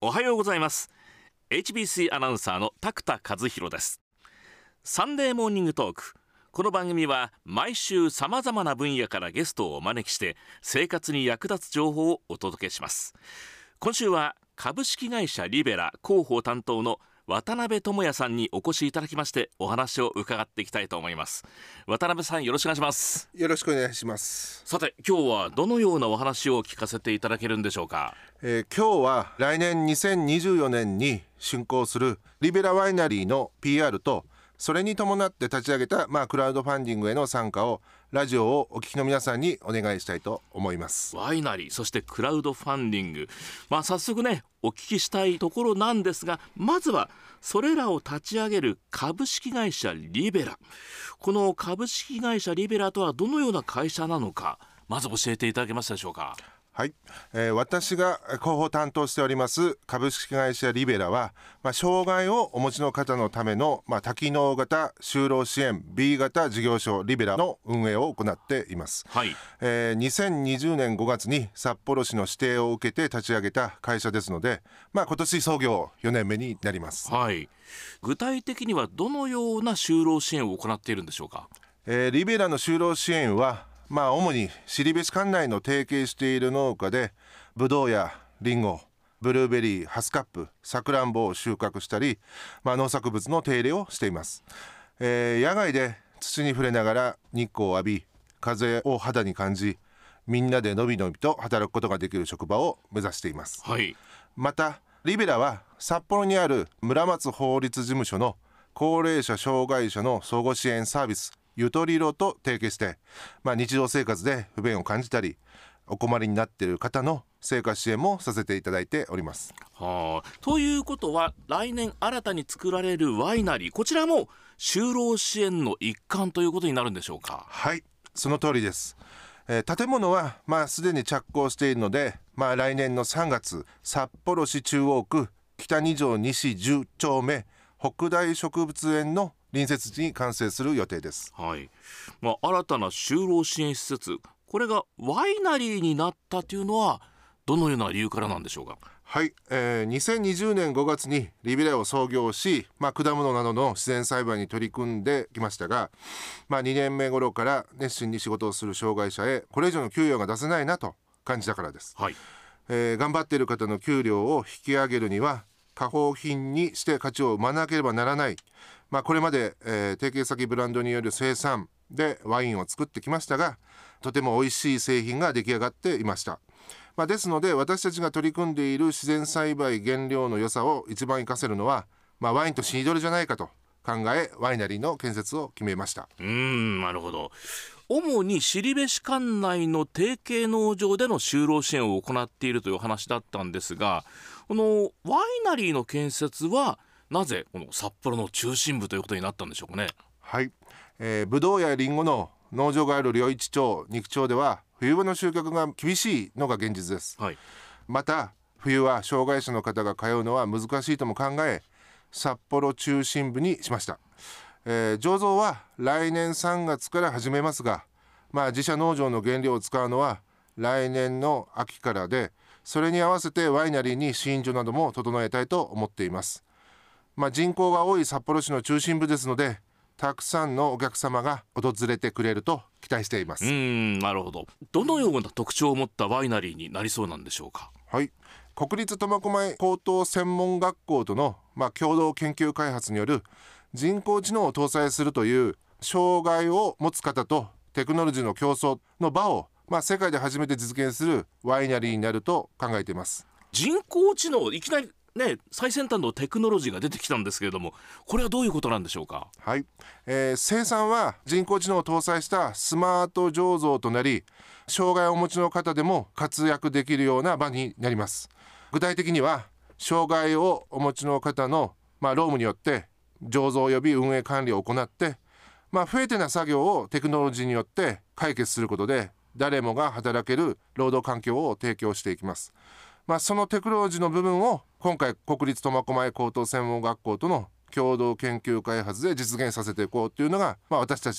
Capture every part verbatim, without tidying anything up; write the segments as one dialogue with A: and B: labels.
A: おはようございます。 エイチビーシー アナウンサーの拓田和弘です。サンデーモーニングトーク。この番組は毎週さまざまな分野からゲストをお招きして生活に役立つ情報をお届けします。今週は株式会社リベラ広報担当の渡辺智也さんにお越しいただきましてお話を伺っていきたいと思います。渡辺さん、よろしくお願いします。
B: よろしくお願いします。
A: さて、今日はどのようなお話を聞かせていただけるんでしょうか。
B: えー、今日は来年にせんにじゅうよねんに竣工するリベラワイナリーの ピーアール と、それに伴って立ち上げた、まあ、クラウドファンディングへの参加をラジオをお聞きの皆さんにお願いしたいと思います。
A: ワイナリー、そしてクラウドファンディング、まあ、早速ねお聞きしたいところなんですが、まずはそれらを立ち上げる株式会社リベラ、この株式会社リベラとはどのような会社なのか、まず教えていただけますでしょうか。
B: はい、えー、私が広報担当しております株式会社リベラは、まあ、障害をお持ちの方のための、まあ、多機能型就労支援 ビー 型事業所リベラの運営を行っています。
A: はい、
B: えー、にせんにじゅうねんごがつに札幌市の指定を受けて立ち上げた会社ですので、まあ、今年創業よねんめになります。
A: はい、具体的にはどのような就労支援を行っているんでしょうか。
B: えー、リベラの就労支援はまあ、主に後志管内の提携している農家でブドウやリンゴ、ブルーベリー、ハスカップ、サクランボを収穫したり、まあ、農作物の手入れをしています。えー、野外で土に触れながら日光を浴び、風を肌に感じ、みんなでのびのびと働くことができる職場を目指しています。
A: はい、ま
B: たリベラは札幌にある村松法律事務所の高齢者障害者の相互支援サービスゆとりろと提携して、まあ、日常生活で不便を感じたりお困りになっている方の生活支援もさせていただいております。
A: はあ、ということは来年新たに作られるワイナリー、こちらも就労支援の一環ということになるんでしょうか。
B: はい、その通りです。えー、建物はまあすでに着工しているので、まあ、来年のさんがつ札幌市中央区北に条西じゅっちょうめ北大植物園の隣接地に完成する予定です。
A: はい、まあ、新たな就労支援施設、これがワイナリーになったというのはどのような理由からなんでしょうか。
B: はい、えー、にせんにじゅうねんごがつにリベラを創業し、まあ、果物などの自然栽培に取り組んできましたが、まあ、にねんめ頃から熱心に仕事をする障害者へこれ以上の給与が出せないなと感じたからです。
A: はい、
B: えー、頑張っている方の給料を引き上げるには加工品にして価値を生まなければならない、まあ、これまで、えー、提携先ブランドによる生産でワインを作ってきましたが、とても美味しい製品が出来上がっていました。まあ、ですので私たちが取り組んでいる自然栽培原料の良さを一番活かせるのは、まあ、ワインとシードルじゃないかと考えワイナリーの建設を決めました。
A: うーん、なるほど。主に後志管内の提携農場での就労支援を行っているという話だったんですが、このワイナリーの建設はなぜこの札幌の中心部ということになったんでしょうかね。
B: はい、えー、ブドウやリンゴの農場がある良一町、肉町では冬場の収穫が厳しいのが現実です。
A: はい、
B: また冬は障害者の方が通うのは難しいとも考え札幌中心部にしました。えー、醸造は来年さんがつから始めますが、まあ、自社農場の原料を使うのは来年の秋からで、それに合わせてワイナリーに試飲所なども整えたいと思っています。まあ、人口が多い札幌市の中心部ですので、たくさんのお客様が訪れてくれると期待しています。
A: うーん、なるほど。どのような特徴を持ったワイナリーになりそうなんでしょうか。
B: はい、国立苫小牧高等専門学校との、まあ、共同研究開発による人工知能を搭載するという障害を持つ方とテクノロジーの競争の場を、まあ、世界で初めて実現するワイナリーになると考えています。
A: 人工知能、いきなりね、最先端のテクノロジーが出てきたんですけれども、これはどういうことなんでしょうか。
B: はい、えー、生産は人工知能を搭載したスマート醸造となり、障害をお持ちの方でも活躍できるような場になります。具体的には障害をお持ちの方の、まあ、労務によって醸造及び運営管理を行って、まあ、不得手な作業をテクノロジーによって解決することで誰もが働ける労働環境を提供していきます。まあ、そのテクノロジーの部分を今回国立苫小牧高等専門学校との共同研究開発で実現させていこうというのが、まあ、私たちの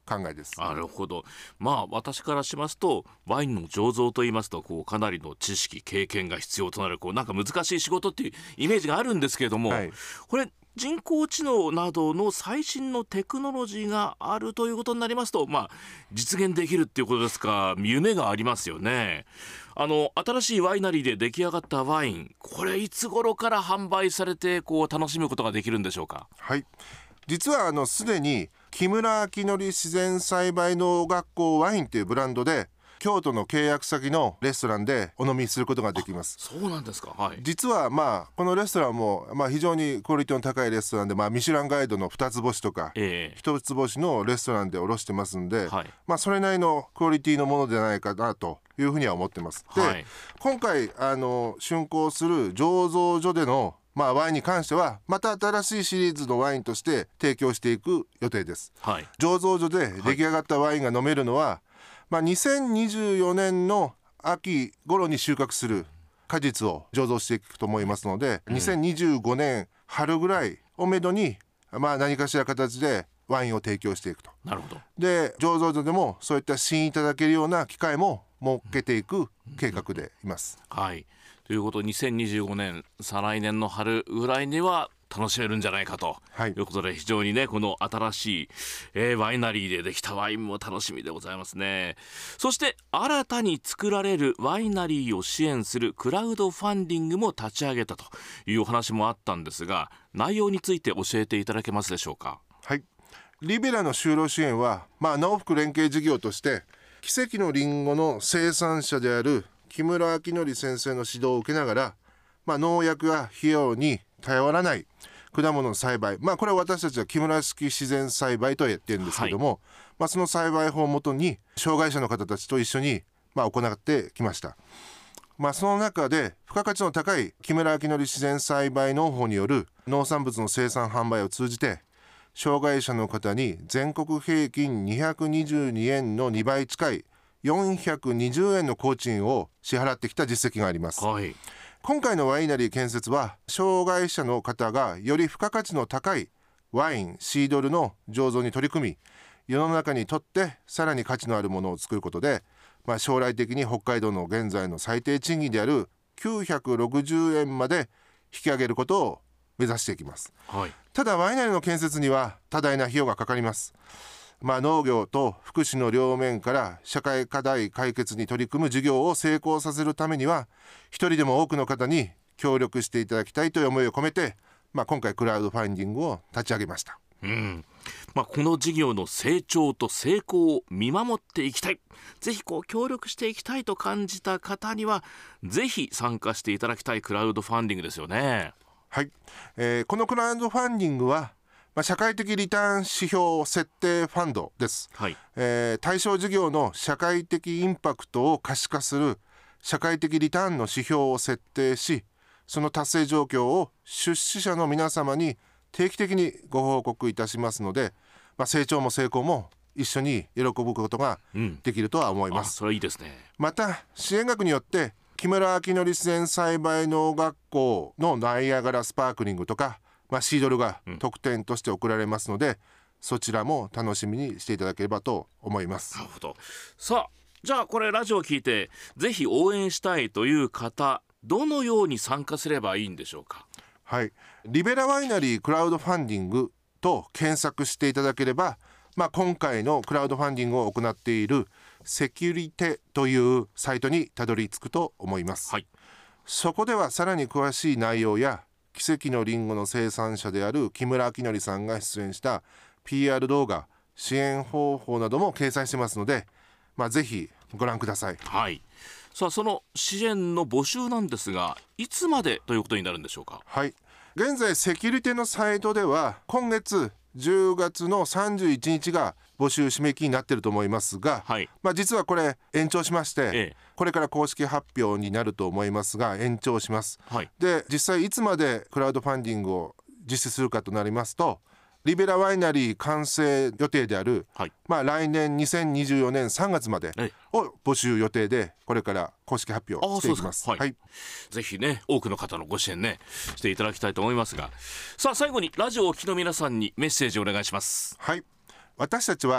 B: 考えです。
A: なるほど。まあ私からしますとワインの醸造といいますとこうかなりの知識経験が必要となるこうなんか難しい仕事っていうイメージがあるんですけれども、はい、これ人工知能などの最新のテクノロジーがあるということになりますと、まあ、実現できるっていうことですか、夢がありますよね。あの新しいワイナリーで出来上がったワイン、これいつ頃から販売されてこう楽しむことができるんでしょうか。
B: はい、実はあのすでに木村明則自然栽培農学校ワインというブランドで京都の契約先のレストランでお飲みすることができます。
A: そうなんですか。はい、
B: 実はまあこのレストランもまあ非常にクオリティの高いレストランで、まあミシュランガイドのふたつ星とかひとつ星のレストランで卸してますんで、はい、まあそれなりのクオリティのものではないかなというふうには思ってます。で、はい、今回あの竣工する醸造所でのまあ、ワインに関してはまた新しいシリーズのワインとして提供していく予定です。はい、醸造所で出来上がったワインが飲めるのは、はい、まあ、にせんにじゅうよねんの秋頃に収穫する果実を醸造していくと思いますので、うん、にせんにじゅうごねん春ぐらいをめどに、まあ、何かしら形でワインを提供していくと。
A: なるほど。
B: で醸造所でもそういった試飲いただけるような機会も設けていく計画でいます。
A: うんうん、はい、ということでにせんにじゅうごねん再来年の春ぐらいには楽しめるんじゃないかということで、はい、非常にねこの新しい、えー、ワイナリーでできたワインも楽しみでございますね。そして新たに作られるワイナリーを支援するクラウドファンディングも立ち上げたというお話もあったんですが、内容について教えていただけますでしょうか。
B: はい、リベラの就労支援は、まあ、農福連携事業として奇跡のリンゴの生産者である木村明則先生の指導を受けながら、まあ、農薬や費用に頼らない果物の栽培、まあ、これは私たちは木村式自然栽培と言ってるんですけども、はい、まあ、その栽培法をもとに障害者の方たちと一緒にまあ行ってきました。まあ、その中で付加価値の高い木村明則自然栽培農法による農産物の生産販売を通じて障害者の方に全国平均にひゃくにじゅうにえんのにばい近いよんひゃくにじゅうえんの工賃を支払ってきた実績があります。はい、今回のワイナリー建設は障害者の方がより付加価値の高いワイン、シードルの醸造に取り組み、世の中にとってさらに価値のあるものを作ることで、まあ、将来的に北海道の現在の最低賃金であるきゅうひゃくろくじゅうえんまで引き上げることを目指していきます。はい、ただワイナリーの建設には多大な費用がかかります。まあ、農業と福祉の両面から社会課題解決に取り組む事業を成功させるためには一人でも多くの方に協力していただきたいという思いを込めて、まあ、今回クラウドファンディングを立ち上げました。
A: うん、まあ、この事業の成長と成功を見守っていきたい、ぜひこう協力していきたいと感じた方にはぜひ参加していただきたいクラウドファンディングですよね。
B: はい、えー、このクラウドファンディングはまあ、社会的リターン指標設定ファンドです。はい、えー、対象事業の社会的インパクトを可視化する社会的リターンの指標を設定し、その達成状況を出資者の皆様に定期的にご報告いたしますので、まあ、成長も成功も一緒に喜ぶことができるとは思います。
A: うん、あ、それいいですね。
B: また支援額によって木村明則自然栽培農学校のナイアガラスパークリングとか、まあ、シードルが特典として贈られますので、うん、そちらも楽しみにしていただければと思います。
A: なるほど。さあ、じゃあこれラジオを聞いてぜひ応援したいという方、どのように参加すればいいんでしょうか。
B: はい、リベラワイナリークラウドファンディングと検索していただければ、まあ、今回のクラウドファンディングを行っているセキュリテというサイトにたどり着くと思います。はい、そこではさらに詳しい内容や奇跡のリンゴの生産者である木村明則さんが出演した ピーアール 動画、支援方法なども掲載してますので、まあ、ぜひご覧ください。
A: はい、さあその支援の募集なんですが、いつまでということになるんでしょうか。
B: はい、現在セキュリティのサイトでは今月じゅうがつのさんじゅういちにちが募集締め切りになっていると思いますが、はい、まあ、実はこれ延長しまして、ええ、これから公式発表になると思いますが延長します。はい、で実際いつまでクラウドファンディングを実施するかとなりますと、リベラワイナリー完成予定である、はい、まあ、来年にせんにじゅうよねんさんがつまでを募集予定で、これから公式発表していきます。はい、はい、
A: ぜひね多くの方のご支援ねしていただきたいと思いますが、さあ最後にラジオをお聞きの皆さんにメッセージをお願いします。
B: はい、私たちは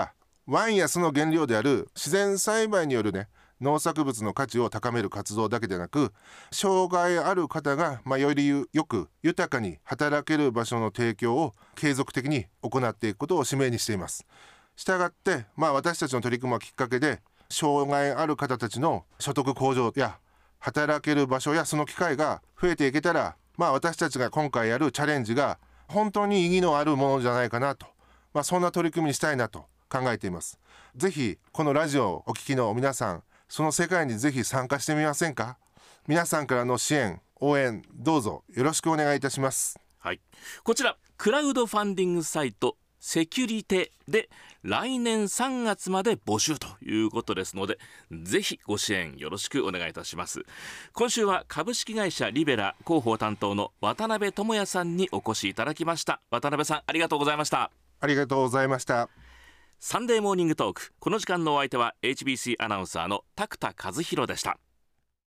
B: ワインや酢の原料である自然栽培によるね農作物の価値を高める活動だけでなく、障害ある方が、まあ、よりよく豊かに働ける場所の提供を継続的に行っていくことを使命にしています。したがって、まあ、私たちの取り組みはきっかけで障害ある方たちの所得向上や働ける場所やその機会が増えていけたら、まあ、私たちが今回やるチャレンジが本当に意義のあるものじゃないかなと、まあ、そんな取り組みにしたいなと考えています。ぜひこのラジオをお聞きの皆さん、その世界にぜひ参加してみませんか。皆さんからの支援応援どうぞよろしくお願いいたします。
A: はい、こちらクラウドファンディングサイトセキュリテで来年さんがつまで募集ということですので、ぜひご支援よろしくお願いいたします。今週は株式会社リベラ広報担当の渡辺智也さんにお越しいただきました。渡辺さん、ありがとうございました。
B: ありがとうございました。
A: サンデーモーニングトーク、この時間のお相手は エイチビーシー アナウンサーのタクタ和弘でした。